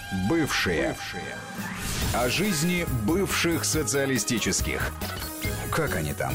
Бывшие. О жизни бывших социалистических. Как они там?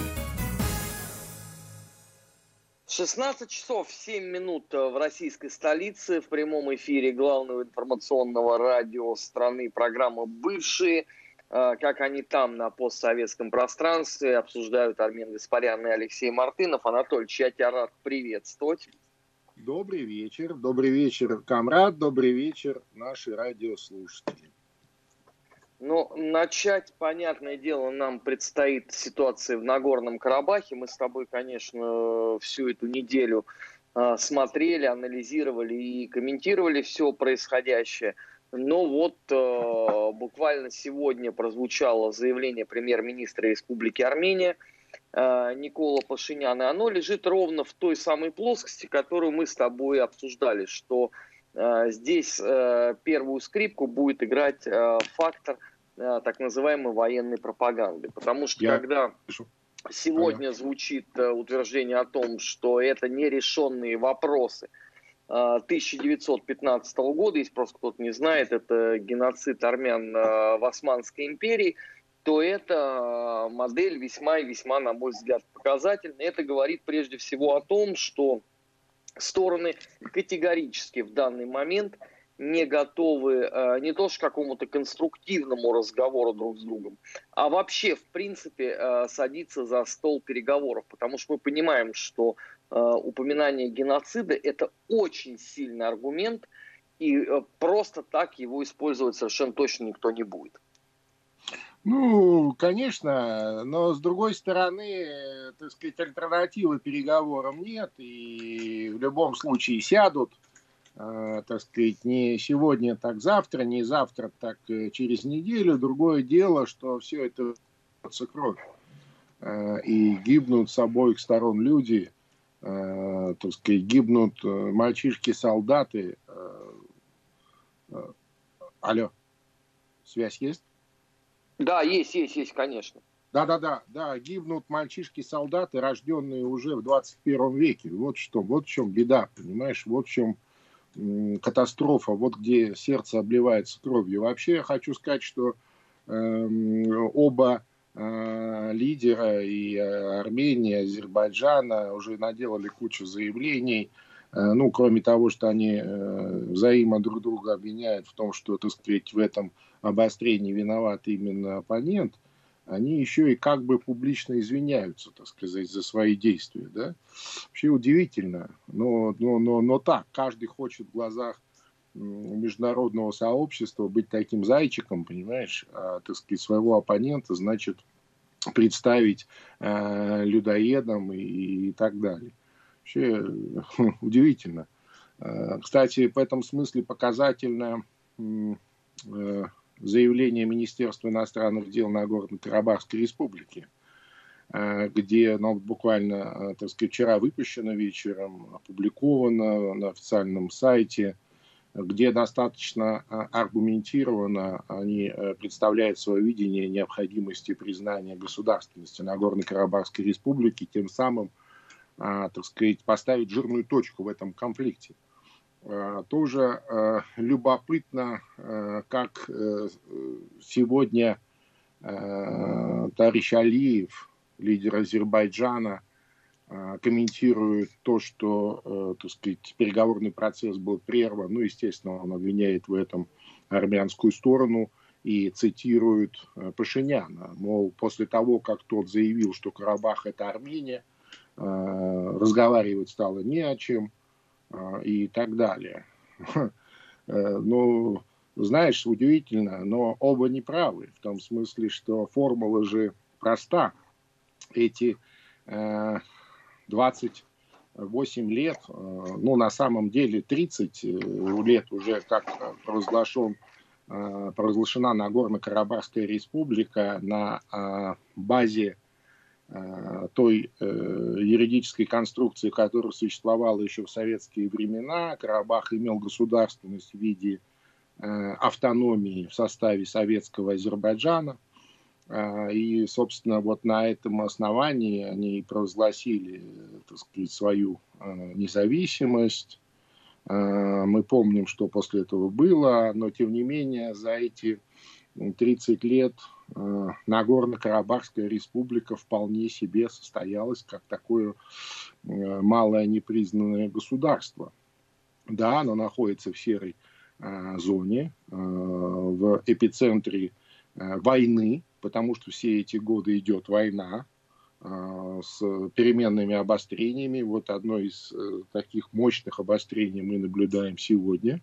16 часов 7 минут в российской столице. В прямом эфире главного информационного радио страны программа «Бывшие». Как они там на постсоветском пространстве обсуждают Армен Гаспарян и Алексей Мартынов. Анатольевич, я тебя рад приветствовать. Добрый вечер, комрад, добрый вечер, наши радиослушатели. Ну, начать, понятное дело, нам предстоит ситуация в Нагорном Карабахе. Мы с тобой, конечно, всю эту неделю смотрели, анализировали и комментировали все происходящее. Но вот буквально сегодня прозвучало заявление премьер-министра Республики Армения Никола Пашиняна. Оно лежит ровно в той самой плоскости, которую мы с тобой обсуждали, что здесь первую скрипку будет играть фактор так называемой военной пропаганды. Потому что когда сегодня звучит утверждение о том, что это нерешенные вопросы 1915 года, если просто кто-то не знает, это геноцид армян в Османской империи, то эта модель весьма и весьма, на мой взгляд, показательна. Это говорит прежде всего о том, что стороны категорически в данный момент не готовы не то что к какому-то конструктивному разговору друг с другом, а вообще, в принципе, садиться за стол переговоров. Потому что мы понимаем, что упоминание геноцида – это очень сильный аргумент, и просто так его использовать совершенно точно никто не будет. Ну, конечно, но с другой стороны, так сказать, альтернативы переговорам нет, и в любом случае сядут, так сказать, не сегодня, так завтра, не завтра, так через неделю. Другое дело, что все это кровь, и гибнут с обоих сторон люди, так сказать, гибнут мальчишки-солдаты. Алло, связь есть? Да, есть, конечно. Да, гибнут мальчишки-солдаты, рожденные уже в 21 веке. Вот в чем беда, понимаешь, вот в чем катастрофа, вот где сердце обливается кровью. Вообще я хочу сказать, что оба лидера, и Армения, и Азербайджана, уже наделали кучу заявлений. Ну, кроме того, что они взаимно друг друга обвиняют в том, что, так сказать, в этом обострении виноват именно оппонент, они еще и как бы публично извиняются, так сказать, за свои действия, да. Вообще удивительно, но так, каждый хочет в глазах международного сообщества быть таким зайчиком, понимаешь, так сказать, своего оппонента, значит, представить людоедом и так далее. Вообще удивительно. Кстати, в этом смысле показательно заявление Министерства иностранных дел Нагорно-Карабахской республики, где буквально, так сказать, вчера выпущено вечером, опубликовано на официальном сайте, где достаточно аргументированно они представляют свое видение необходимости признания государственности Нагорно-Карабахской республики, тем самым, так сказать, поставить жирную точку в этом конфликте. Тоже любопытно, как сегодня товарищ Алиев, лидер Азербайджана, комментирует то, что, так сказать, переговорный процесс был прерван. Ну, естественно, он обвиняет в этом армянскую сторону и цитирует Пашиняна. Мол, после того, как тот заявил, что Карабах – это Армения, разговаривать стало не о чем и так далее. Ну, знаешь, удивительно, но оба неправы. В том смысле, что формула же проста. Эти 28 лет, ну, на самом деле 30 лет уже как провозглашена Нагорно-Карабахская республика на базе той юридической конструкции, которая существовала еще в советские времена. Карабах имел государственность в виде автономии в составе советского Азербайджана. И, собственно, вот на этом основании они провозгласили, так сказать, свою независимость. Мы помним, что после этого было, но тем не менее за эти 30 лет Нагорно-Карабахская республика вполне себе состоялась как такое малое непризнанное государство. Да, оно находится в серой зоне, в эпицентре войны, потому что все эти годы идет война с переменными обострениями. Вот одно из таких мощных обострений мы наблюдаем сегодня.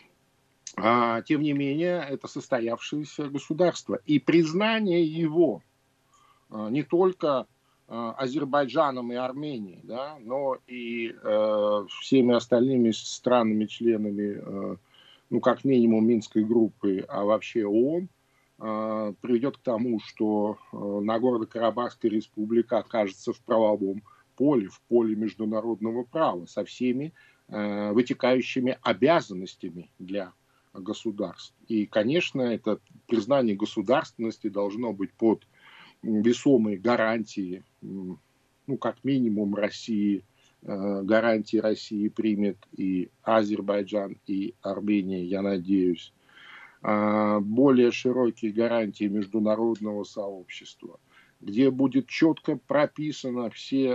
Тем не менее, это состоявшееся государство. И признание его не только Азербайджаном и Арменией, да, но и всеми остальными странами-членами, ну, как минимум, Минской группы, а вообще ООН, приведет к тому, что Нагорно-Карабахская республика окажется в правовом поле, в поле международного права, со всеми вытекающими обязанностями для государств. И, конечно, это признание государственности должно быть под весомые гарантии, ну, как минимум, России, гарантии России примет и Азербайджан, и Армения, я надеюсь, более широкие гарантии международного сообщества, где будет четко прописаны все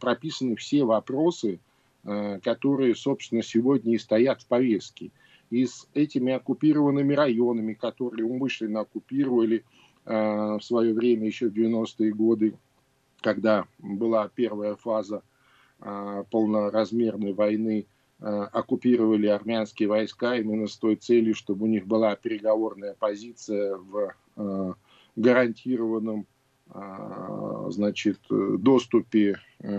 вопросы, которые, собственно, сегодня и стоят в повестке. И с этими оккупированными районами, которые умышленно оккупировали в свое время, еще в 90-е годы, когда была первая фаза полноразмерной войны, оккупировали армянские войска именно с той целью, чтобы у них была переговорная позиция в гарантированном, значит, доступе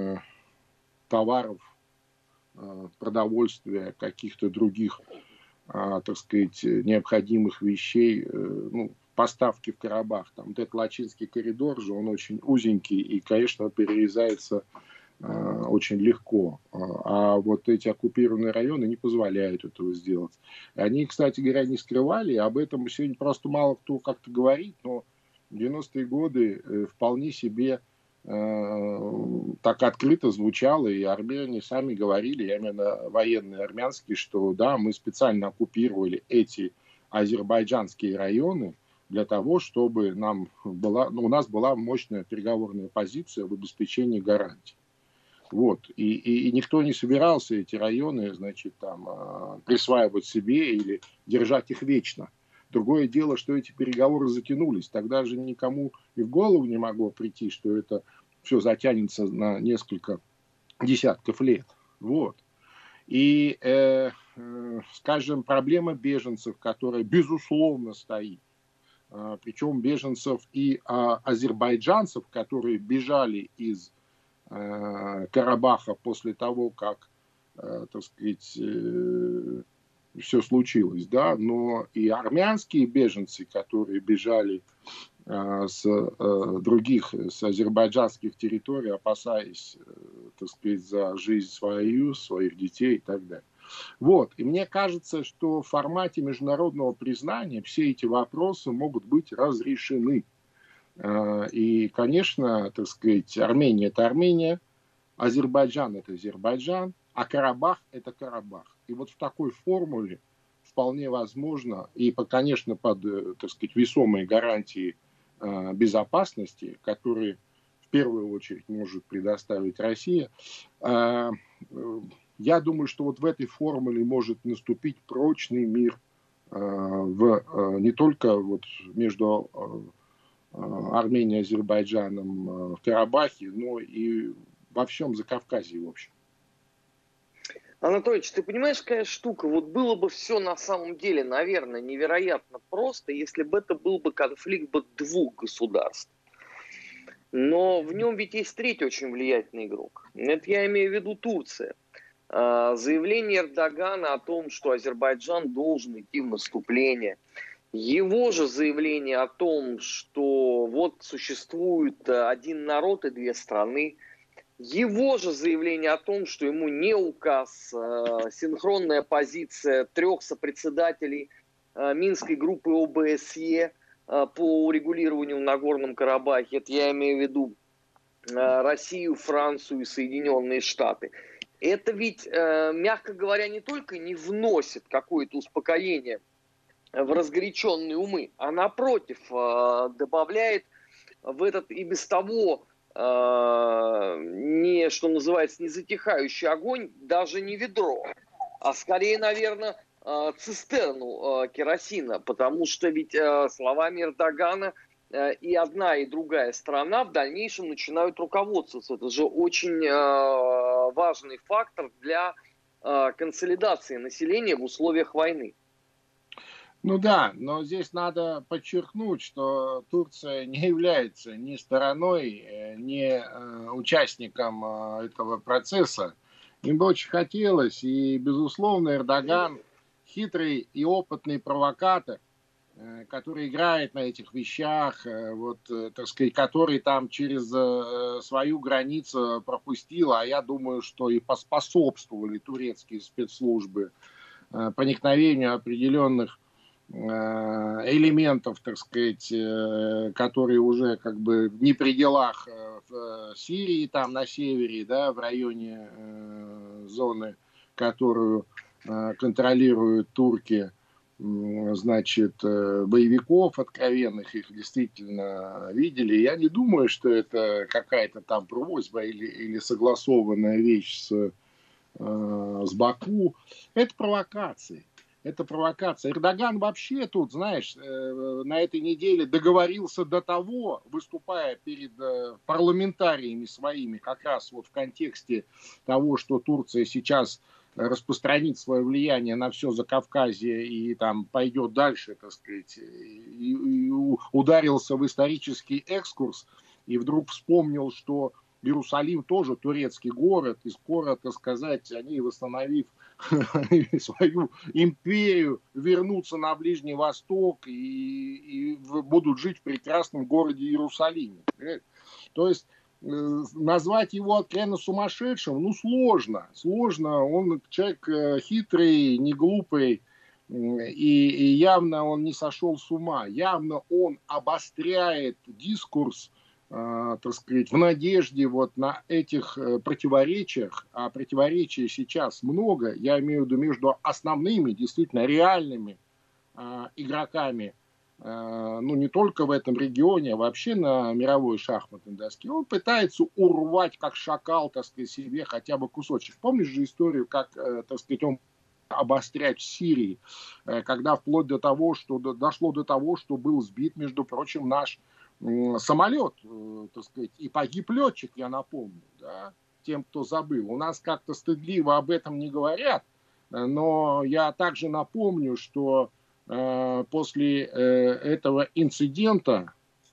товаров, продовольствия, каких-то других, так сказать, необходимых вещей, ну, поставки в Карабах. Там вот этот Лачинский коридор же, он очень узенький и, конечно, перерезается очень легко. А вот эти оккупированные районы не позволяют этого сделать. Они, кстати говоря, не скрывали, об этом сегодня просто мало кто как-то говорит, но в 90-е годы вполне себе так открыто звучало, и армяне сами говорили, именно военные армянские, что да, мы специально оккупировали эти азербайджанские районы для того, чтобы у нас была мощная переговорная позиция в обеспечении гарантий. Вот. И никто не собирался эти районы, значит, там, присваивать себе или держать их вечно. Другое дело, что эти переговоры затянулись. Тогда же никому и в голову не могло прийти, что это все затянется на несколько десятков лет. Вот. И, скажем, проблема беженцев, которая безусловно стоит, причем беженцев и азербайджанцев, которые бежали из Карабаха после того, как, так сказать, все случилось, да, но и армянские беженцы, которые бежали с других, с азербайджанских территорий, опасаясь, так сказать, за жизнь свою, своих детей и так далее. Вот, и мне кажется, что в формате международного признания все эти вопросы могут быть разрешены. И, конечно, так сказать, Армения – это Армения, Азербайджан – это Азербайджан, а Карабах – это Карабах. И вот в такой формуле вполне возможно, и, конечно, под, так сказать, весомые гарантии безопасности, которые в первую очередь может предоставить Россия, я думаю, что вот в этой формуле может наступить прочный мир не только вот между Арменией и Азербайджаном в Карабахе, но и во всем Закавказье, в общем. Анатольевич, ты понимаешь, какая штука? Вот было бы все на самом деле, наверное, невероятно просто, если бы это был бы конфликт двух государств. Но в нем ведь есть третий очень влиятельный игрок. Это я имею в виду Турция. Заявление Эрдогана о том, что Азербайджан должен идти в наступление. Его же заявление о том, что вот существует один народ и две страны. Его же заявление о том, что ему не указ, синхронная позиция трех сопредседателей Минской группы ОБСЕ по урегулированию в Нагорном Карабахе. Это я имею в виду Россию, Францию и Соединенные Штаты. это ведь, мягко говоря, не только не вносит какое-то успокоение в разгоряченные умы, а напротив добавляет в этот и без того не, что называется, не затихающий огонь даже не ведро, а скорее, наверное, цистерну керосина, потому что ведь словами Эрдогана и одна, и другая сторона в дальнейшем начинают руководствоваться. Это же очень важный фактор для консолидации населения в условиях войны. Ну да, но здесь надо подчеркнуть, что Турция не является ни стороной, ни участником этого процесса. Им бы очень хотелось, и, безусловно, Эрдоган хитрый и опытный провокатор, который играет на этих вещах, вот, так сказать, который там через свою границу пропустил, а я думаю, что и поспособствовали турецкие спецслужбы проникновению определенных элементов, так сказать, которые уже как бы не при делах в Сирии, там на севере, да, в районе зоны, которую контролируют турки, значит, боевиков откровенных, их действительно видели. Я не думаю, что это какая-то там просьба или согласованная вещь с Баку. Это провокации. Это провокация. Эрдоган вообще тут, знаешь, на этой неделе договорился до того, выступая перед парламентариями своими, как раз вот в контексте того, что Турция сейчас распространит свое влияние на все Закавказье и там пойдет дальше, так сказать, и ударился в исторический экскурс, и вдруг вспомнил, что Иерусалим тоже турецкий город, и скоро, так сказать, они, восстановив свою империю, вернутся на Ближний Восток и будут жить в прекрасном городе Иерусалиме. То есть назвать его откровенно сумасшедшим, ну, сложно. Он человек хитрый, не глупый, и явно он не сошел с ума. Явно он обостряет дискурс, так сказать, в надежде вот на этих противоречиях, а противоречий сейчас много, я имею в виду между основными, действительно реальными игроками, ну, не только в этом регионе, а вообще на мировой шахматной доске. Он пытается урвать, как шакал, так сказать, себе хотя бы кусочек. Помнишь же историю, как, так сказать, он обострять в Сирии, когда вплоть до того, что дошло до того, что был сбит, между прочим, наш самолет, так сказать, и погиб летчик, я напомню, да, тем, кто забыл. У нас как-то стыдливо об этом не говорят, но я также напомню, что после этого инцидента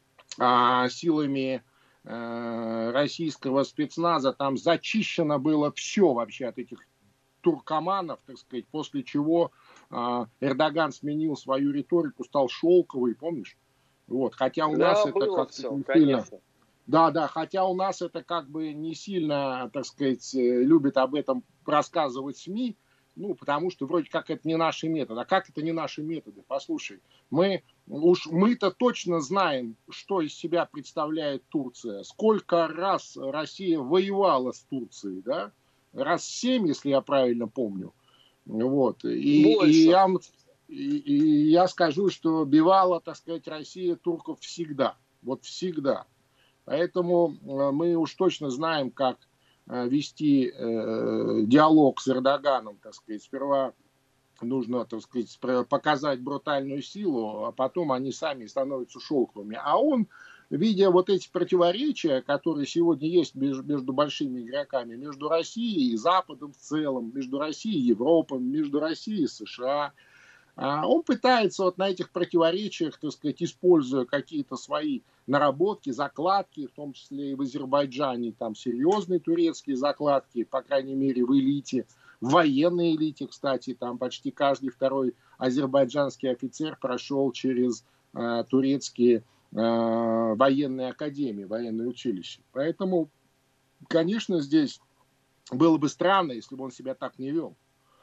силами российского спецназа там зачищено было все вообще от этих туркоманов, так сказать, после чего Эрдоган сменил свою риторику, стал шелковый, помнишь? Вот, хотя у нас это как-то не сильно... Да, хотя у нас это как бы не сильно, так сказать, любят об этом рассказывать СМИ, ну, потому что вроде как это не наши методы. А как это не наши методы? Послушай, мы-то точно знаем, что из себя представляет Турция. Сколько раз Россия воевала с Турцией, да? Раз 7, если я правильно помню. Вот. И я скажу, что бивала, так сказать, Россия турков всегда. Вот всегда. Поэтому мы уж точно знаем, как вести диалог с Эрдоганом, так сказать. Сперва нужно, так сказать, показать брутальную силу, а потом они сами становятся шелковыми. А он, видя вот эти противоречия, которые сегодня есть между большими игроками, между Россией и Западом в целом, между Россией и Европой, между Россией и США, он пытается вот на этих противоречиях, так сказать, используя какие-то свои наработки, закладки, в том числе и в Азербайджане, там серьезные турецкие закладки, по крайней мере, в элите, в военной элите, кстати, там почти каждый второй азербайджанский офицер прошел через турецкие военные академии, военные училища. Поэтому, конечно, здесь было бы странно, если бы он себя так не вел.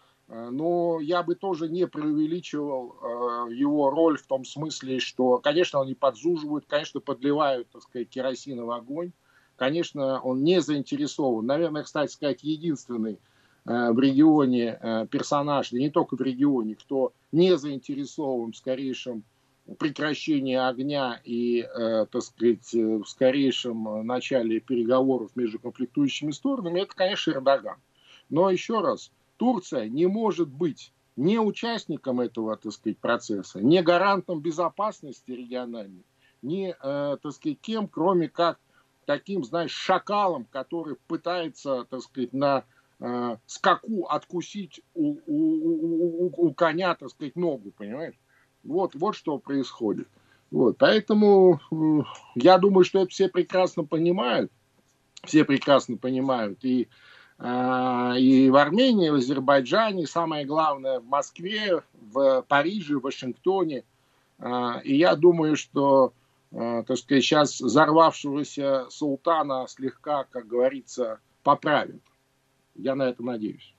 Но я бы тоже не преувеличивал его роль в том смысле, что, конечно, они подзуживают, конечно, подливают, так сказать, керосин в огонь. Конечно, он не заинтересован. Наверное, кстати сказать, единственный в регионе персонаж, да не только в регионе, кто не заинтересован в скорейшем прекращении огня и, так сказать, в скорейшем начале переговоров между конфликтующими сторонами, это, конечно, Эрдоган. Но еще раз, Турция не может быть не участником этого, так сказать, процесса, не гарантом безопасности региональной, не, так сказать, кем, кроме как таким, знаешь, шакалом, который пытается, так сказать, на скаку откусить у коня, так сказать, ногу, понимаешь? Вот что происходит. Вот. Поэтому я думаю, что это все прекрасно понимают. Все прекрасно понимают. И в Армении, и в Азербайджане, самое главное, в Москве, в Париже, в Вашингтоне. И я думаю, что, так сказать, сейчас взорвавшегося султана слегка, как говорится, поправят. Я на это надеюсь.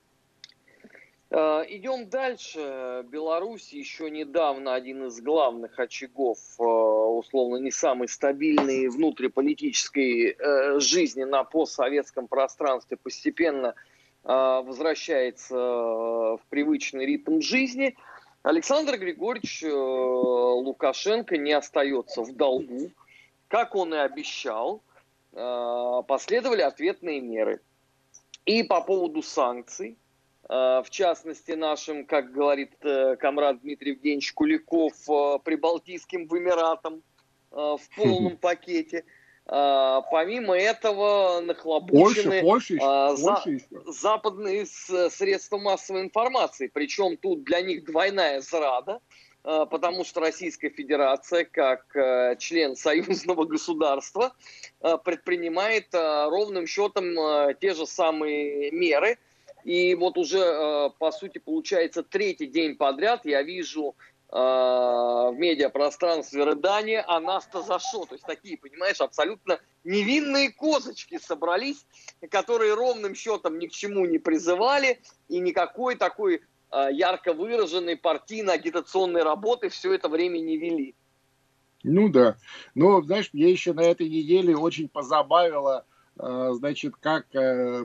Идем дальше. Беларусь еще недавно один из главных очагов, условно, не самой стабильной внутриполитической жизни на постсоветском пространстве, постепенно возвращается в привычный ритм жизни. Александр Григорьевич Лукашенко не остается в долгу. Как он и обещал, последовали ответные меры. И по поводу санкций, в частности, нашим, как говорит комрад Дмитрий Евгеньевич Куликов, прибалтийским Эмиратам в полном пакете. Помимо этого нахлобучены западные средства массовой информации. Причем тут для них двойная зрада, потому что Российская Федерация, как член союзного государства, предпринимает ровным счетом те же самые меры. И вот уже, по сути, получается, третий день подряд я вижу в медиапространстве рыдания «А нас-то за шо?». То есть такие, понимаешь, абсолютно невинные козочки собрались, которые ровным счетом ни к чему не призывали, и никакой такой ярко выраженной партийно-агитационной работы все это время не вели. Ну да. Но, знаешь, мне еще на этой неделе очень позабавило, значит, как в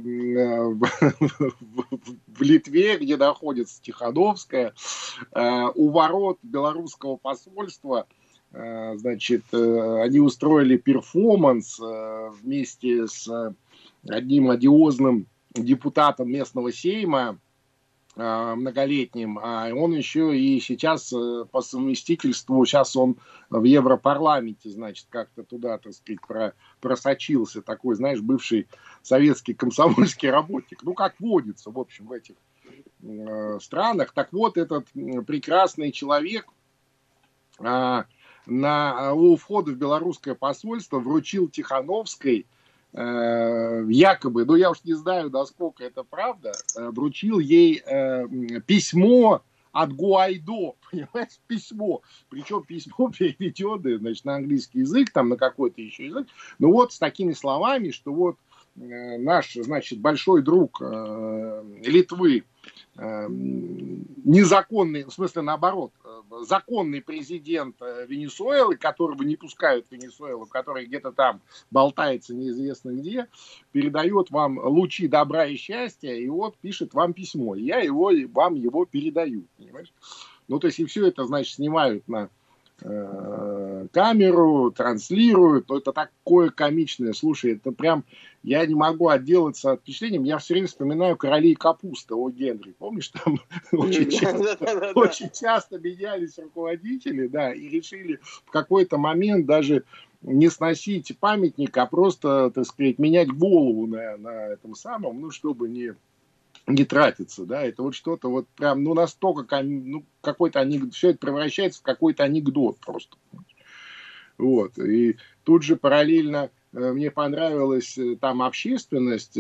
Литве, где находится Тихановская, у ворот белорусского посольства, значит, они устроили перформанс вместе с одним одиозным депутатом местного сейма, многолетним, а он еще и сейчас по совместительству, сейчас он в Европарламенте, значит, как-то туда, так сказать, просочился, такой, знаешь, бывший советский комсомольский работник, ну, как водится, в общем, в этих странах. Так вот, этот прекрасный человек у входа в белорусское посольство вручил Тихановской якобы, ну я уж не знаю, насколько это правда, вручил ей письмо от Гуайдо, понимаешь, письмо. Причем письмо переведенное, значит, на английский язык, там на какой-то еще язык, но вот с такими словами, что вот наш, значит, большой друг Литвы, незаконный, в смысле наоборот, законный президент Венесуэлы, которого не пускают в Венесуэлу, который где-то там болтается неизвестно где, передает вам лучи добра и счастья, и вот пишет вам письмо. Я вам его передаю, понимаешь? Ну, то есть, и все это, значит, снимают на камеру, транслируют, но это такое комичное, слушай, это прям, я не могу отделаться от впечатления, я все время вспоминаю «Короли и капуста» о Генри, помнишь, там очень часто менялись руководители, да, и решили в какой-то момент даже не сносить памятник, а просто, так сказать, менять голову на этом самом, ну, чтобы не тратиться, да, это вот что-то вот прям, ну, настолько, ну, какой-то анекдот, все это превращается в какой-то анекдот просто. Вот, и тут же параллельно мне понравилась там общественность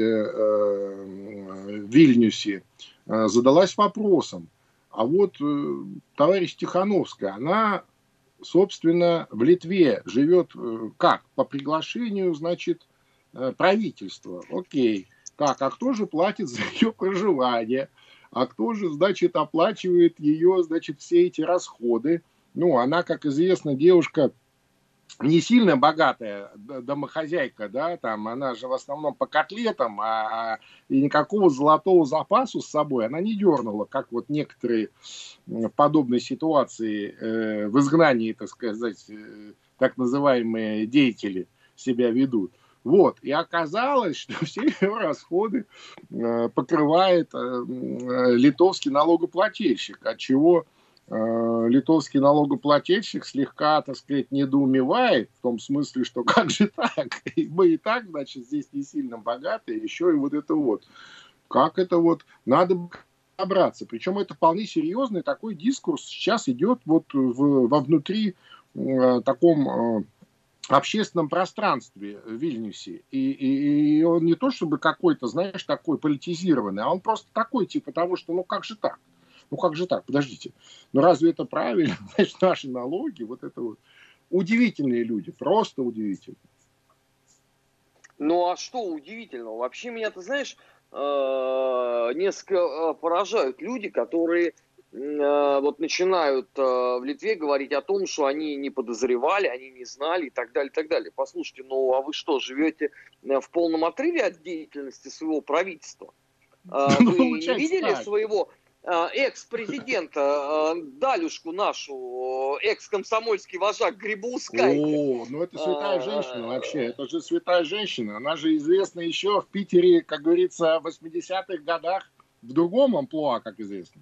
в Вильнюсе, задалась вопросом, а вот товарищ Тихановская, она, собственно, в Литве живет как? По приглашению, значит, правительства, окей. Так, а кто же платит за ее проживание? А кто же, значит, оплачивает ее, значит, все эти расходы? Ну, она, как известно, девушка не сильно богатая домохозяйка, да, там, она же в основном по котлетам, и никакого золотого запасу с собой она не дернула, как вот некоторые в подобной ситуации в изгнании, так сказать, так называемые деятели себя ведут. Вот, и оказалось, что все ее расходы покрывает литовский налогоплательщик, отчего литовский налогоплательщик слегка, так сказать, недоумевает, в том смысле, что как же так? Мы и так, значит, здесь не сильно богатые, еще и вот это вот. Как это вот? Надо разобраться. Причем это вполне серьезный такой дискурс сейчас идет вот вовнутри таком общественном пространстве в Вильнюсе. И он не то чтобы какой-то, знаешь, такой политизированный, а он просто такой, типа того, что ну как же так? Ну как же так? Подождите. Ну разве это правильно? Значит, наши налоги, вот это вот. Удивительные люди, просто удивительные. Ну а что удивительного? Вообще меня, ты знаешь, несколько поражают люди, которые вот начинают в Литве говорить о том, что они не подозревали, они не знали и так далее, и так далее. Послушайте, ну а вы что, живете в полном отрыве от деятельности своего правительства? Вы не видели своего экс-президента, Далюшку нашу, экс-комсомольский вожак Грибоускайте? О, ну это святая женщина вообще, это же святая женщина. Она же известна еще в Питере, как говорится, в 80-х годах в другом амплуа, как известно.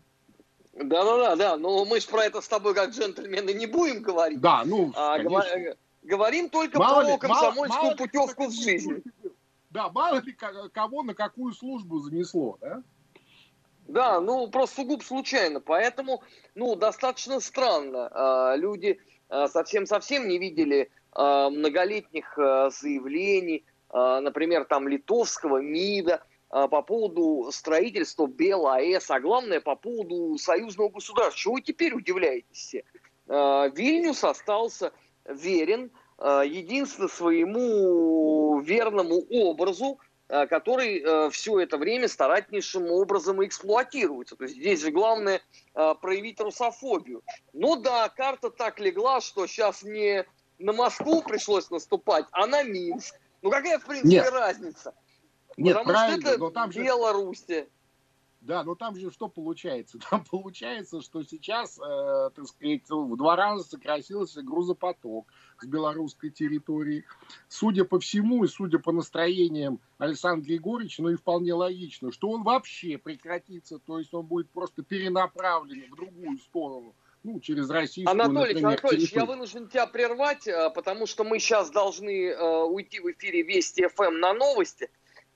Да, но мы же про это с тобой как джентльмены не будем говорить. Да, ну, говорим только про комсомольскую путевку в жизнь. Да, мало ли кого на какую службу занесло, да? Да, ну просто сугубо случайно, поэтому, ну, достаточно странно. Люди совсем не видели многолетних заявлений, например, там литовского МИДа по поводу строительства БелАЭС, а главное по поводу союзного государства. Чего вы теперь удивляетесь все? Вильнюс остался верен единственно своему верному образу, который все это время старательнейшим образом эксплуатируется. То есть здесь же главное проявить русофобию. Ну да, карта так легла, что сейчас не на Москву пришлось наступать, а на Минск. Ну какая, в принципе, разница? Нет, потому правильно, что это но там же... Беларусь. Да, но там же что получается? Там получается, что сейчас, так сказать, в 2 раза сократился грузопоток с белорусской территории. Судя по всему и судя по настроениям Александра Григорьевича, ну и вполне логично, что он вообще прекратится, то есть он будет просто перенаправлен в другую сторону, ну, через российскую, Анатолий, территорию. Я вынужден тебя прервать, потому что мы сейчас должны уйти в эфире Вести ФМ на новости.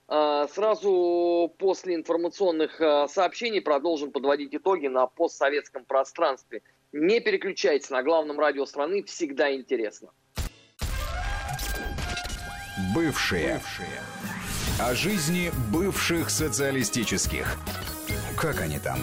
Сразу после информационных сообщений продолжим подводить итоги на постсоветском пространстве. Не переключайтесь, на главном радио страны всегда интересно. Бывшие. О жизни бывших социалистических. Как они там?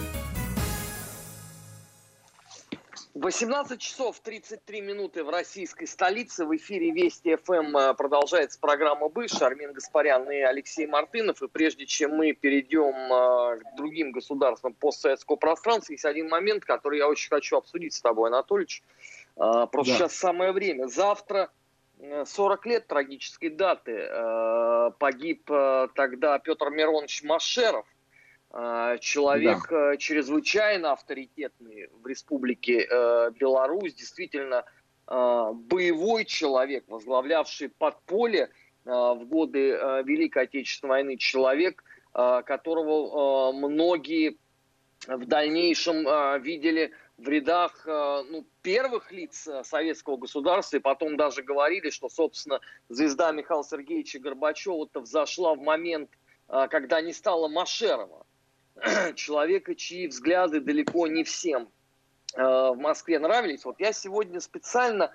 18 часов 33 минуты в российской столице. В эфире Вести ФМ продолжается программа «Бывшие». Армен Гаспарян и Алексей Мартынов. И прежде чем мы перейдем к другим государствам постсоветского пространства, есть один момент, который я очень хочу обсудить с тобой, Анатольевич. Просто сейчас самое время. Завтра 40 лет трагической даты. Погиб тогда Петр Миронович Машеров. Человек чрезвычайно авторитетный в Республике Беларусь, действительно боевой человек, возглавлявший подполье в годы Великой Отечественной войны, человек, которого многие в дальнейшем видели в рядах первых лиц советского государства, и потом даже говорили, что, собственно, звезда Михаила Сергеевича Горбачева-то взошла в момент, когда не стало Машерова. Человека, чьи взгляды далеко не всем в Москве нравились. Вот я сегодня специально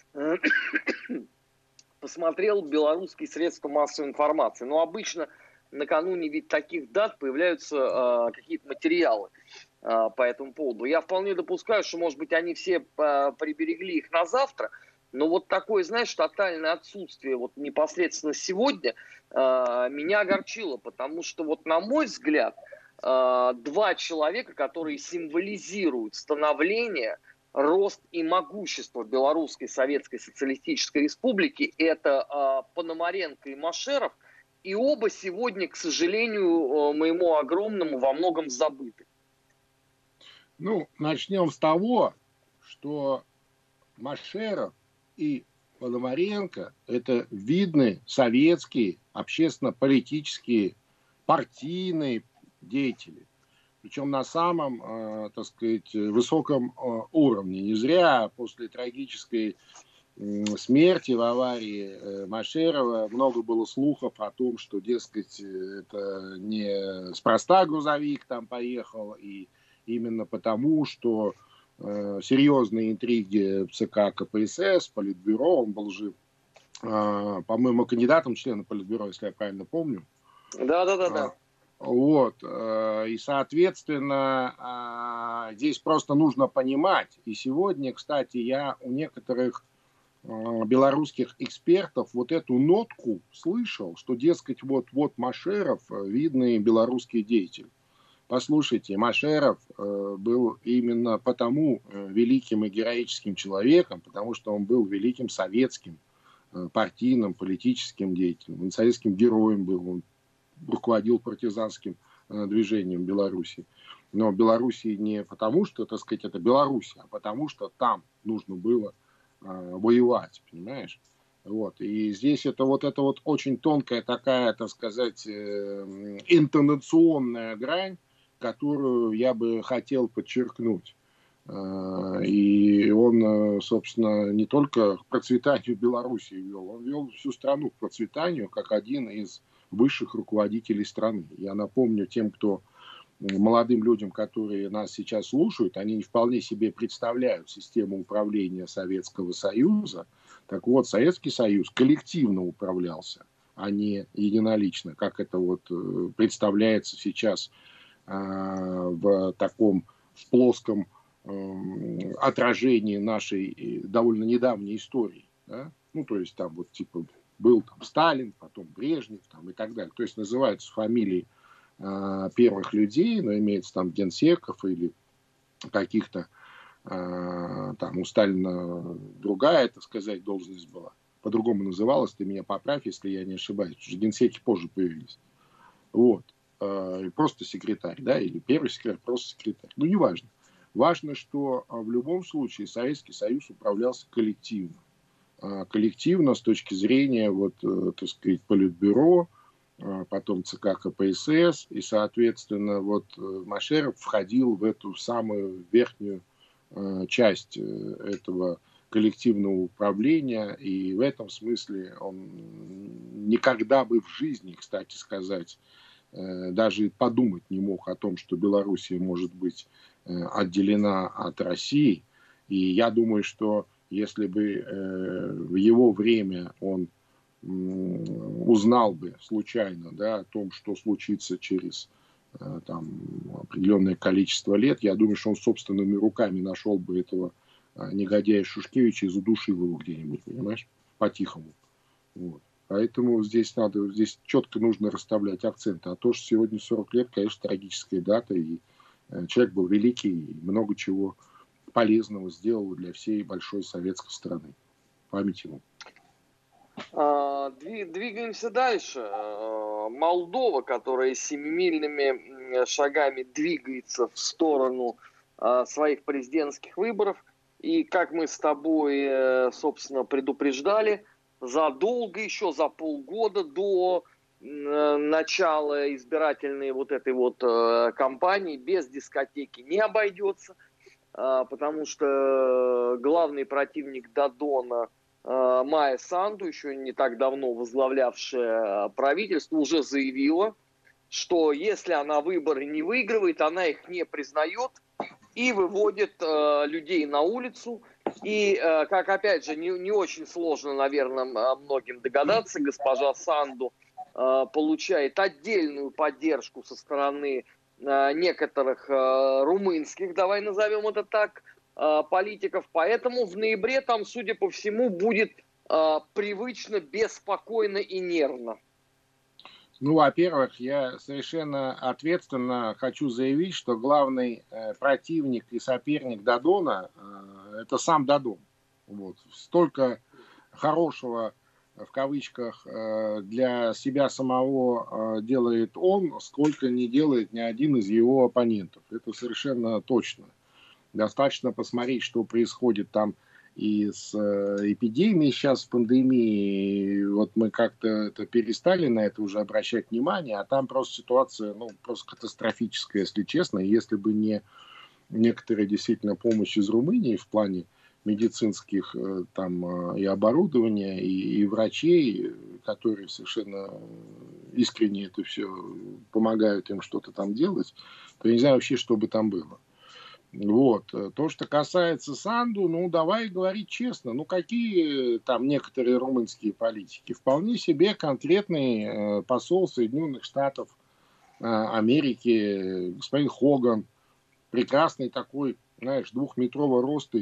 посмотрел белорусские средства массовой информации. Но обычно накануне ведь таких дат появляются какие-то материалы по этому поводу. Я вполне допускаю, что, может быть, они все приберегли их на завтра. Но вот такое, знаешь, тотальное отсутствие вот непосредственно сегодня меня огорчило. Потому что, вот на мой взгляд, 2 человека, которые символизируют становление рост и могущество Белорусской Советской Социалистической Республики. Это Пономаренко и Машеров. И оба сегодня, к сожалению, моему огромному, во многом забыты. Ну, начнем с того, что Машеров и Пономаренко – это видные советские общественно-политические партийные деятели. Причем на самом, так сказать, высоком уровне. Не зря после трагической смерти в аварии Машерова много было слухов о том, что, дескать, это не спроста грузовик там поехал, и именно потому, что серьезные интриги в ЦК КПСС, Политбюро, он был же, по-моему, кандидатом в члены Политбюро, если я правильно помню. Да. Вот, и, соответственно, здесь просто нужно понимать, и сегодня, кстати, я у некоторых белорусских экспертов вот эту нотку слышал, что, дескать, вот Машеров видный белорусский деятель. Послушайте, Машеров был именно потому великим и героическим человеком, потому что он был великим советским партийным, политическим деятелем, он советским героем был, он руководил партизанским движением в Беларуси. Но в Беларуси не потому, что, так сказать, это Беларусь, а потому что там нужно было воевать, понимаешь? Вот. И здесь это вот очень тонкая такая, так сказать, интонационная грань, которую я бы хотел подчеркнуть. И он, собственно, не только к процветанию Беларуси вел, он вел всю страну к процветанию как один из высших руководителей страны. Я напомню тем, молодым людям, которые нас сейчас слушают, они не вполне себе представляют систему управления Советского Союза. Так вот, Советский Союз коллективно управлялся, а не единолично, как это вот представляется сейчас в плоском отражении нашей довольно недавней истории. Да? Ну, то есть там вот типа был там Сталин, потом Брежнев там, и так далее. То есть называются фамилии первых людей, но имеется там генсеков или каких-то там у Сталина другая, так сказать, должность была. По-другому называлась, ты меня поправь, если я не ошибаюсь. Потому что генсеки позже появились. Вот. Просто секретарь, да, или первый секретарь, просто секретарь. Ну, неважно. Важно, что в любом случае Советский Союз управлялся коллективно. Коллективно с точки зрения, вот, так сказать, Политбюро, потом ЦК КПСС, и, соответственно, вот Машеров входил в эту самую верхнюю часть этого коллективного управления, и в этом смысле он никогда бы в жизни, кстати сказать, даже подумать не мог о том, что Белоруссия может быть отделена от России. И я думаю, что если бы в его время он узнал бы случайно, да, о том, что случится через там, определенное количество лет, я думаю, что он собственными руками нашел бы этого негодяя Шушкевича и задушил его где-нибудь, понимаешь, по-тихому. Вот. Поэтому здесь четко нужно расставлять акценты. А то, что сегодня 40 лет, конечно, трагическая дата, и человек был великий, и много чего полезного сделал для всей большой советской страны. Память ему. Двигаемся дальше. Молдова, которая семимильными шагами двигается в сторону своих президентских выборов. И как мы с тобой, собственно, предупреждали, задолго еще, за полгода до начала избирательной вот этой вот кампании без дискотеки не обойдется, потому что главный противник Додона Майя Санду, еще не так давно возглавлявшая правительство, уже заявила, что если она выборы не выигрывает, она их не признает и выводит людей на улицу. И, как опять же, не очень сложно, наверное, многим догадаться, госпожа Санду получает отдельную поддержку со стороны некоторых румынских, давай назовем это так, политиков. Поэтому в ноябре там, судя по всему, будет привычно беспокойно и нервно. Ну, во-первых, я совершенно ответственно хочу заявить, что главный противник и соперник Додона это сам Дадон. Вот. Столько хорошего, в кавычках, для себя самого делает он, сколько не делает ни один из его оппонентов. Это совершенно точно. Достаточно посмотреть, что происходит там и с эпидемией сейчас, в пандемии. Вот мы как-то это перестали на это уже обращать внимание, а там просто ситуация, ну, просто катастрофическая, если честно. И если бы не некоторая действительно помощь из Румынии в плане медицинских там и оборудования, и врачей, которые совершенно искренне это все помогают им что-то там делать, то я не знаю вообще, что бы там было. Вот. То, что касается Санду, ну, давай говорить честно, ну, какие там некоторые румынские политики? Вполне себе конкретный посол Соединенных Штатов Америки, господин Хоган, прекрасный такой, знаешь, 2-метрового роста,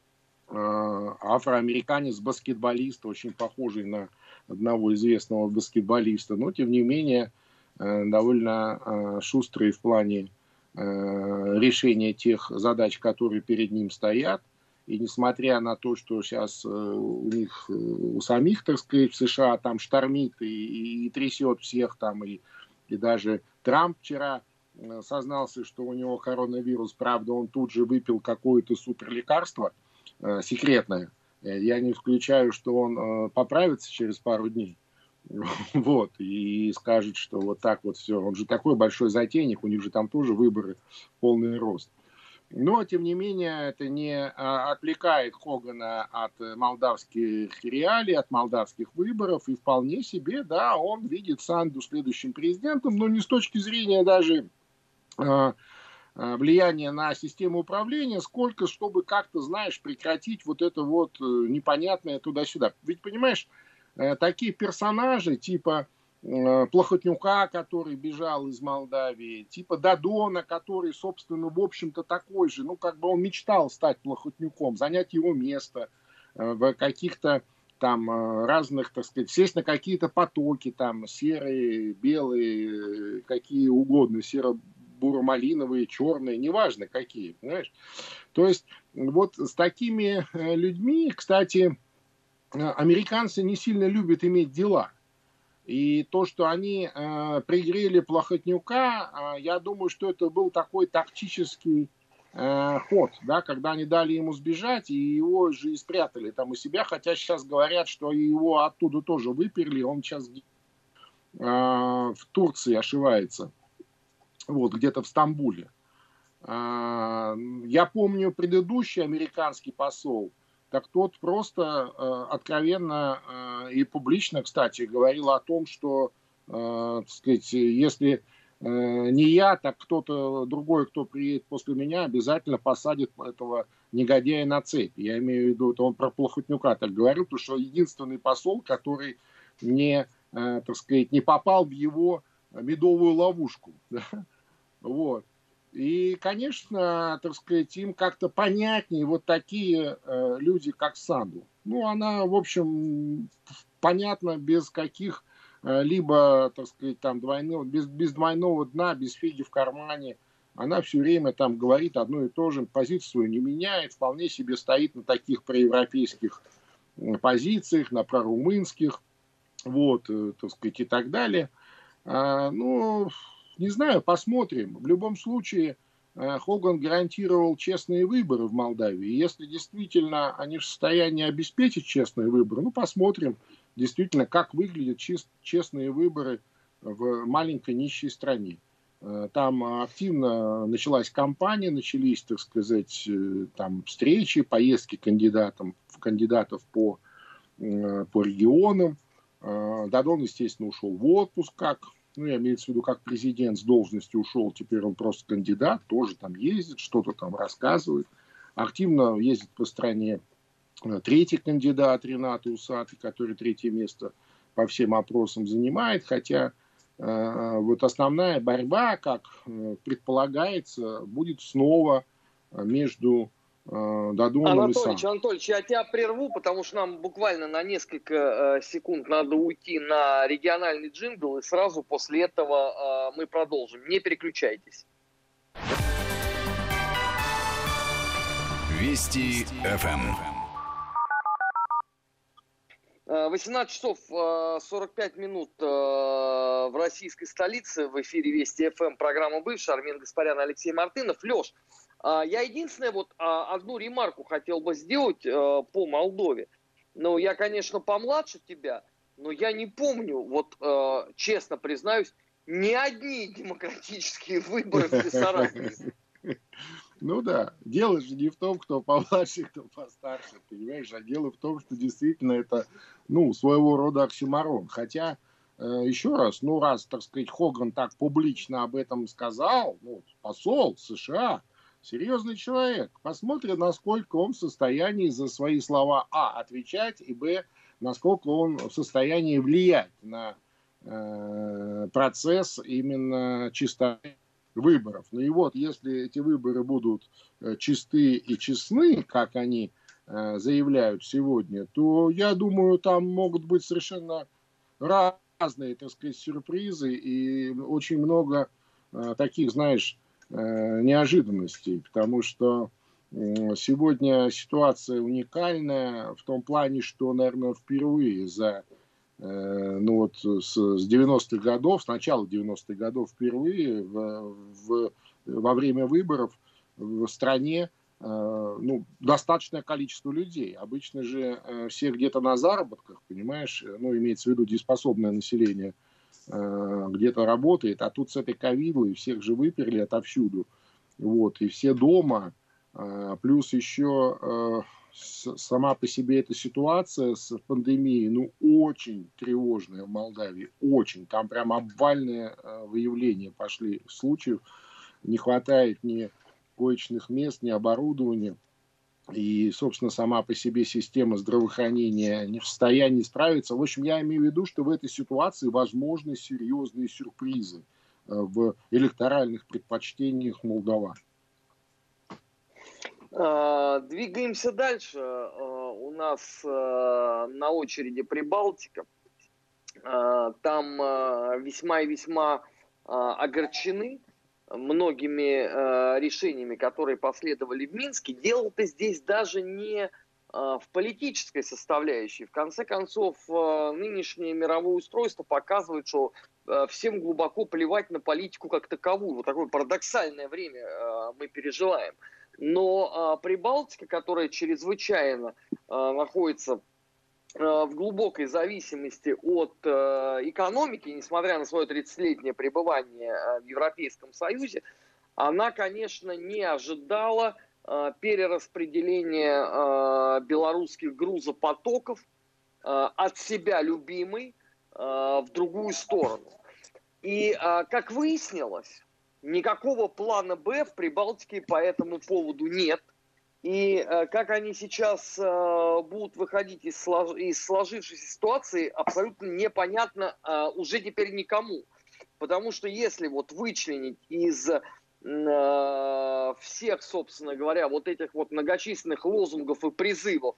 афроамериканец-баскетболист, очень похожий на одного известного баскетболиста, но, тем не менее, довольно шустрый в плане решения тех задач, которые перед ним стоят. И несмотря на то, что сейчас у них, у самих, так сказать, в США там штормит и трясет всех там, и даже Трамп вчера сознался, что у него коронавирус, правда, он тут же выпил какое-то суперлекарство, секретное. Я не исключаю, что он поправится через пару дней. Вот, и скажет, что вот так вот все. Он же такой большой затейник, у них же там тоже выборы полный рост. Но, тем не менее, это не отвлекает Хогана от молдавских реалий, от молдавских выборов. И вполне себе, да, он видит Санду следующим президентом, но не с точки зрения даже влияние на систему управления, сколько, чтобы как-то, знаешь, прекратить вот это вот непонятное туда-сюда. Ведь, понимаешь, такие персонажи, типа Плохотнюка, который бежал из Молдавии, типа Дадона, который, собственно, в общем-то такой же, ну, как бы он мечтал стать Плохотнюком, занять его место в каких-то там разных, так сказать, сесть на какие-то потоки, там, серые, белые, какие угодно, серо-буро-малиновые, черные, неважно какие, понимаешь? То есть вот с такими людьми, кстати, американцы не сильно любят иметь дела. И то, что они пригрели Плохотнюка, я думаю, что это был такой тактический ход, да, когда они дали ему сбежать, и его же и спрятали там у себя, хотя сейчас говорят, что его оттуда тоже выперли, он сейчас в Турции ошивается, вот, где-то в Стамбуле. Я помню предыдущий американский посол, так тот просто откровенно и публично, кстати, говорил о том, что, так сказать, если не я, так кто-то другой, кто приедет после меня, обязательно посадит этого негодяя на цепь. Я имею в виду, это он про Плохотнюка так говорил, потому что единственный посол, который не, так сказать, не попал в его медовую ловушку. Да? Вот. И, конечно, так сказать, им как-то понятнее вот такие люди, как Санду. Ну, она, в общем, понятна без каких либо, так сказать, там без двойного дна, без фиги в кармане. Она все время там говорит одно и то же, позицию свою не меняет, вполне себе стоит на таких проевропейских позициях, на прорумынских, вот, так сказать, и так далее. Ну, не знаю, посмотрим. В любом случае, Хоган гарантировал честные выборы в Молдавии. И если действительно они в состоянии обеспечить честные выборы, ну, посмотрим, действительно, как выглядят честные выборы в маленькой нищей стране. Там активно началась кампания, начались, так сказать, там встречи, поездки кандидатов по регионам. Дадон, естественно, ушел в отпуск, ну, я имею в виду, как президент с должности ушел, теперь он просто кандидат, тоже там ездит, что-то там рассказывает. Активно ездит по стране третий кандидат Ренат Усатый, который третье место по всем опросам занимает, хотя вот основная борьба, как предполагается, будет снова между Дадоном и Сандом. Анатольевич, я тебя прерву, потому что нам буквально на несколько секунд надо уйти на региональный джингл, и сразу после этого мы продолжим. Не переключайтесь. Вести ФМ. 18 часов 45 минут в российской столице. В эфире Вести ФМ, программа «Бывшая». Армен Гаспарян, Алексей Мартынов. Леш, я единственное, одну ремарку хотел бы сделать по Молдове. Ну, я, конечно, помладше тебя, но я не помню, честно признаюсь, ни одни демократические выборы в Бессарабии. Ну да, дело же не в том, кто помладше, кто постарше, понимаешь, а дело в том, что действительно это, своего рода оксюморон. Хотя, еще раз, раз, так сказать, Хоган так публично об этом сказал, посол США, серьезный человек, посмотрим, насколько он в состоянии за свои слова, отвечать, и, насколько он в состоянии влиять на процесс именно чистоты выборов. Ну и если эти выборы будут чисты и честны, как они заявляют сегодня, то, я думаю, там могут быть совершенно разные, так сказать, сюрпризы и очень много таких, знаешь, неожиданностей, потому что сегодня ситуация уникальная в том плане, что, наверное, впервые с 90-х годов, с начала 90-х годов впервые во время выборов в стране достаточное количество людей. Обычно же все где-то на заработках, понимаешь, имеется в виду дееспособное население, где-то работает, а тут с этой ковидой всех же выперли отовсюду. И все дома, плюс еще сама по себе эта ситуация с пандемией, очень тревожная в Молдавии, очень. Там прям обвальные выявления пошли случаев. Не хватает ни коечных мест, ни оборудования. И, собственно, сама по себе система здравоохранения не в состоянии справиться. В общем, я имею в виду, что в этой ситуации возможны серьезные сюрпризы в электоральных предпочтениях молдаван. Двигаемся дальше. У нас на очереди Прибалтика. Там весьма и весьма огорчены многими решениями, которые последовали в Минске. Дело-то здесь даже не в политической составляющей. В конце концов, нынешнее мировое устройство показывает, что всем глубоко плевать на политику как таковую. Вот такое парадоксальное время мы переживаем. Но Прибалтика, которая чрезвычайно находится в глубокой зависимости от экономики, несмотря на свое 30-летнее пребывание в Европейском Союзе, она, конечно, не ожидала перераспределения белорусских грузопотоков от себя любимой в другую сторону. И, как выяснилось, никакого плана «Б» в Прибалтике по этому поводу нет. И как они сейчас будут выходить из сложившейся ситуации, абсолютно непонятно уже теперь никому. Потому что если вычленить из всех, собственно говоря, этих многочисленных лозунгов и призывов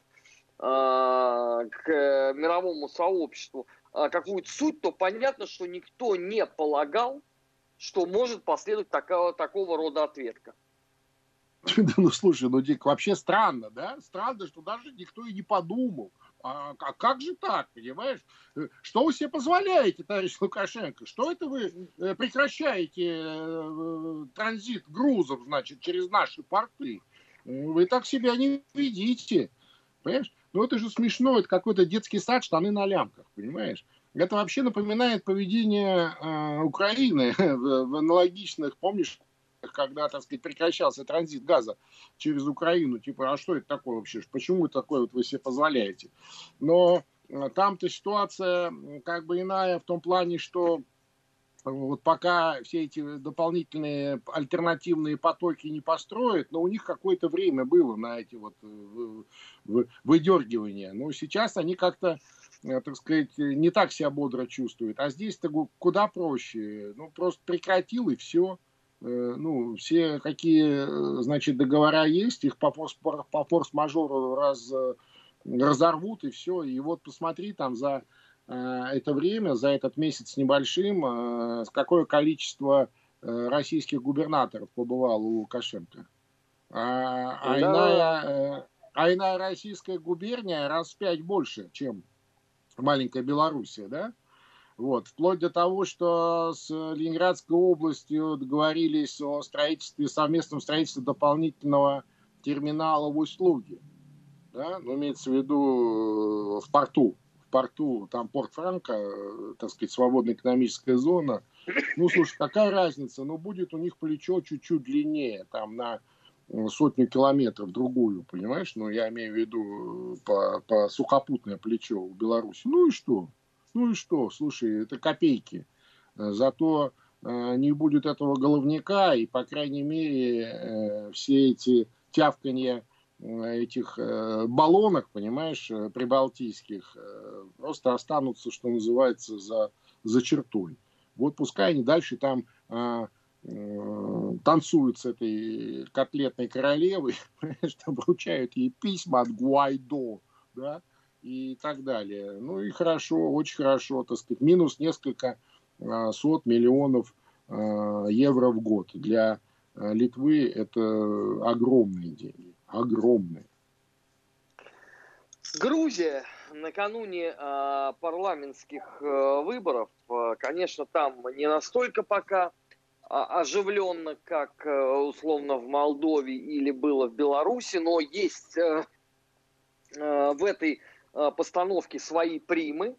к мировому сообществу какую-то суть, то понятно, что никто не полагал, что может последовать такого рода ответка. Слушай, Дик, вообще странно, да? Странно, что даже никто и не подумал. А как же так, понимаешь? Что вы себе позволяете, товарищ Лукашенко? Что это вы прекращаете транзит грузов, через наши порты? Вы так себя не ведите, понимаешь? Это же смешно, это какой-то детский сад, штаны на лямках, понимаешь? Это вообще напоминает поведение Украины в аналогичных, помнишь, когда, так сказать, прекращался транзит газа через Украину, а что это такое вообще? Почему такое вы себе позволяете? Но там-то ситуация как бы иная в том плане, что пока все эти дополнительные альтернативные потоки не построят, но у них какое-то время было на эти выдергивания. Но сейчас они как-то, так сказать, не так себя бодро чувствуют. А здесь-то куда проще. Просто прекратил и все. Все какие, договора есть, их по форс-мажору разорвут и все. И посмотри там за это время, за этот месяц с небольшим, какое количество российских губернаторов побывало у Лукашенко. А иная российская губерния раз в 5 больше, чем маленькая Белоруссия, да? Вот. Вплоть до того, что с Ленинградской областью договорились о совместном строительстве дополнительного терминала в Усть-Луге. Да? Ну, имеется в виду в порту. В порту, там порт Франко, так сказать, свободная экономическая зона. Ну, слушай, какая разница? Ну, будет у них плечо чуть-чуть длиннее, там на 100 километров другую, понимаешь? Ну, я имею в виду по сухопутное плечо у Беларуси. Ну и что? Ну и что? Слушай, это копейки. Зато не будет этого головняка, и, по крайней мере, все эти тявканья этих баллонок, понимаешь, прибалтийских, просто останутся, что называется, за чертой. Вот пускай они дальше там танцуют с этой котлетной королевой, что вручают ей письма от Гуайдо, да, и так далее. Ну и хорошо, очень хорошо, так сказать, минус несколько сот миллионов евро в год. Для Литвы это огромные деньги, огромные. Грузия накануне парламентских выборов, конечно, там не настолько пока оживленно, как условно в Молдове или было в Беларуси, но есть в этой постановке свои примы.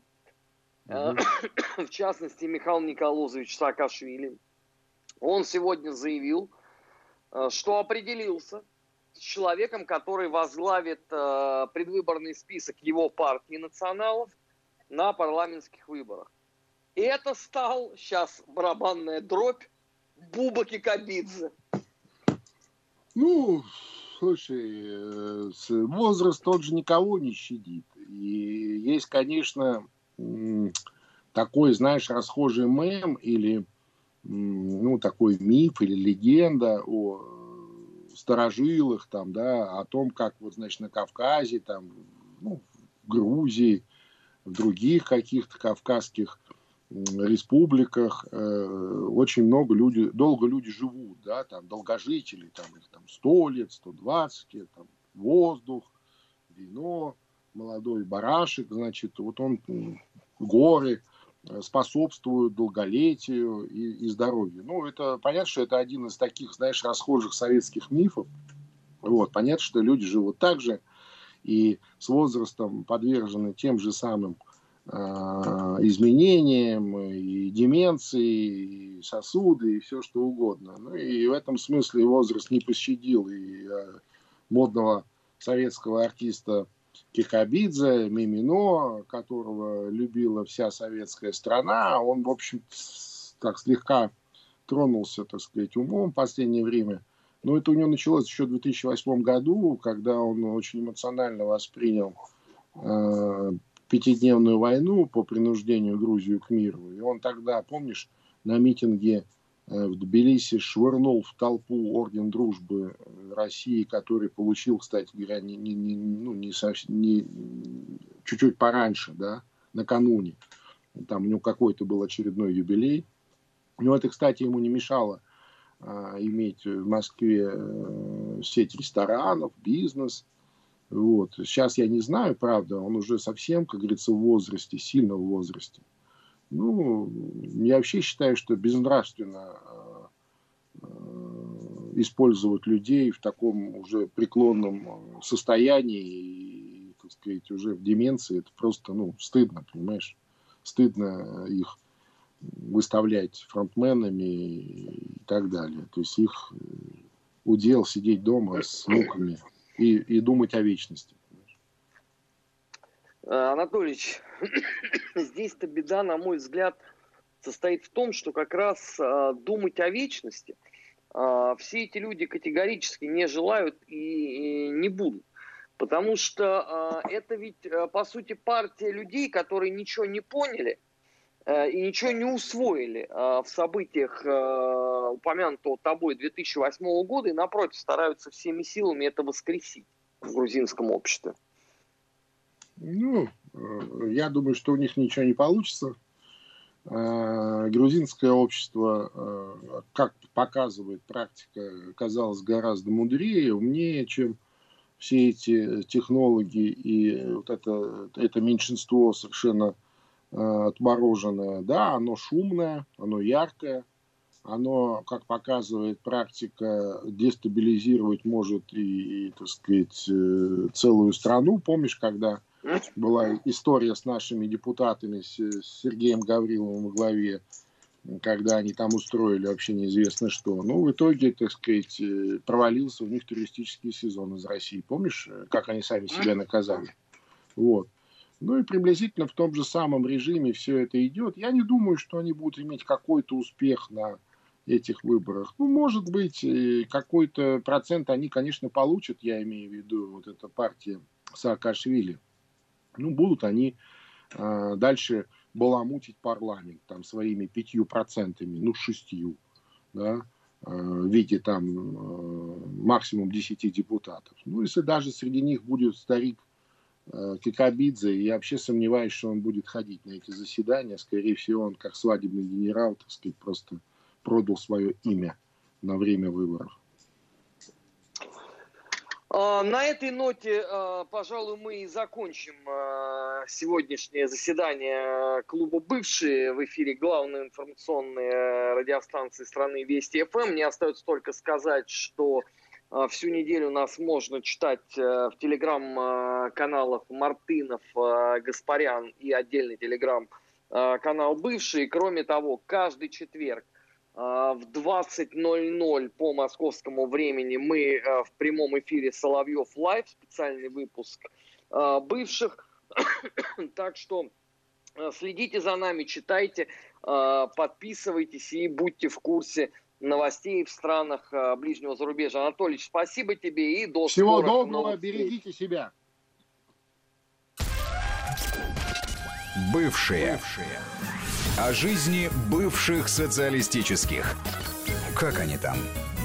В частности, Михаил Николозович Саакашвили. Он сегодня заявил, что определился с человеком, который возглавит предвыборный список его партии националов на парламентских выборах. И это стал, сейчас барабанная дробь, Буба Кикабидзе. Ну, слушай, возраст, он же никого не щадит. И есть, конечно, такой, знаешь, расхожий мем или, ну, такой миф или легенда о старожилах, там, да, о том, как вот, значит, на Кавказе, там, ну, в Грузии, в других каких-то кавказских республиках очень долго люди живут, да, там, долгожители, там, их там 100 лет, 120 лет, там, воздух, вино, молодой барашек, значит, вот он, горы способствуют долголетию и здоровью. Ну, это понятно, что это один из таких, знаешь, расхожих советских мифов. Вот, понятно, что люди живут так же и с возрастом подвержены тем же самым изменениям, и деменции, и сосуды, и все что угодно. Ну, и в этом смысле возраст не пощадил и модного советского артиста Кикабидзе, Мимино, которого любила вся советская страна. Он, в общем, так слегка тронулся, так сказать, умом в последнее время. Но это у него началось еще в 2008 году, когда он очень эмоционально воспринял пятидневную войну по принуждению Грузию к миру. И он тогда, помнишь, на митинге в Тбилиси швырнул в толпу орден дружбы России, который получил, кстати говоря, чуть-чуть пораньше, да, накануне. Там у него какой-то был очередной юбилей. Но это, кстати, ему не мешало иметь в Москве сеть ресторанов, бизнес. Вот. Сейчас я не знаю, правда, он уже совсем, как говорится, в возрасте, сильно в возрасте. Ну, я вообще считаю, что безнравственно использовать людей в таком уже преклонном состоянии и, так сказать, уже в деменции. Это просто, ну, стыдно, понимаешь? Стыдно их выставлять фронтменами и так далее. То есть их удел сидеть дома с внуками и думать о вечности. Анатольевич, здесь-то беда, на мой взгляд, состоит в том, что как раз думать о вечности все эти люди категорически не желают и не будут. Потому что это ведь, по сути, партия людей, которые ничего не поняли и ничего не усвоили в событиях упомянутого тобой 2008 года и, напротив, стараются всеми силами это воскресить в грузинском обществе. Ну, я думаю, что у них ничего не получится. Грузинское общество, как показывает практика, казалось гораздо мудрее, умнее, чем все эти технологи и вот это меньшинство совершенно отмороженное. Да, оно шумное, оно яркое, оно, как показывает практика, дестабилизировать может и так сказать, целую страну. Помнишь, когда была история с нашими депутатами, с Сергеем Гавриловым во главе, когда они там устроили вообще неизвестно что. Ну, в итоге, так сказать, провалился у них туристический сезон из России. Помнишь, как они сами себя наказали? Вот. Ну и приблизительно в том же самом режиме все это идет. Я не думаю, что они будут иметь какой-то успех на этих выборах. Ну, может быть, какой-то процент они, конечно, получат, я имею в виду вот эта партия Саакашвили. Ну, будут они дальше баламутить парламент там своими 5%, ну, 6%, да, в виде там максимум 10 депутатов. Ну, если даже среди них будет старик Кикабидзе, я вообще сомневаюсь, что он будет ходить на эти заседания. Скорее всего, он как свадебный генерал, так сказать, просто продал свое имя на время выборов. На этой ноте, пожалуй, мы и закончим сегодняшнее заседание клуба «Бывшие» в эфире главной информационной радиостанции страны Вести ФМ. Мне остается только сказать, что всю неделю нас можно читать в телеграм-каналах Мартынов, Гаспарян и отдельный телеграм-канал «Бывшие». Кроме того, каждый четверг в 20:00 по московскому времени мы в прямом эфире «Соловьев Лайв», специальный выпуск «Бывших». Так что следите за нами, читайте, подписывайтесь и будьте в курсе новостей в странах ближнего зарубежья. Анатольевич, спасибо тебе и до всего скорых доброго, новых берегите себя. Бывшие. О жизни бывших социалистических. Как они там?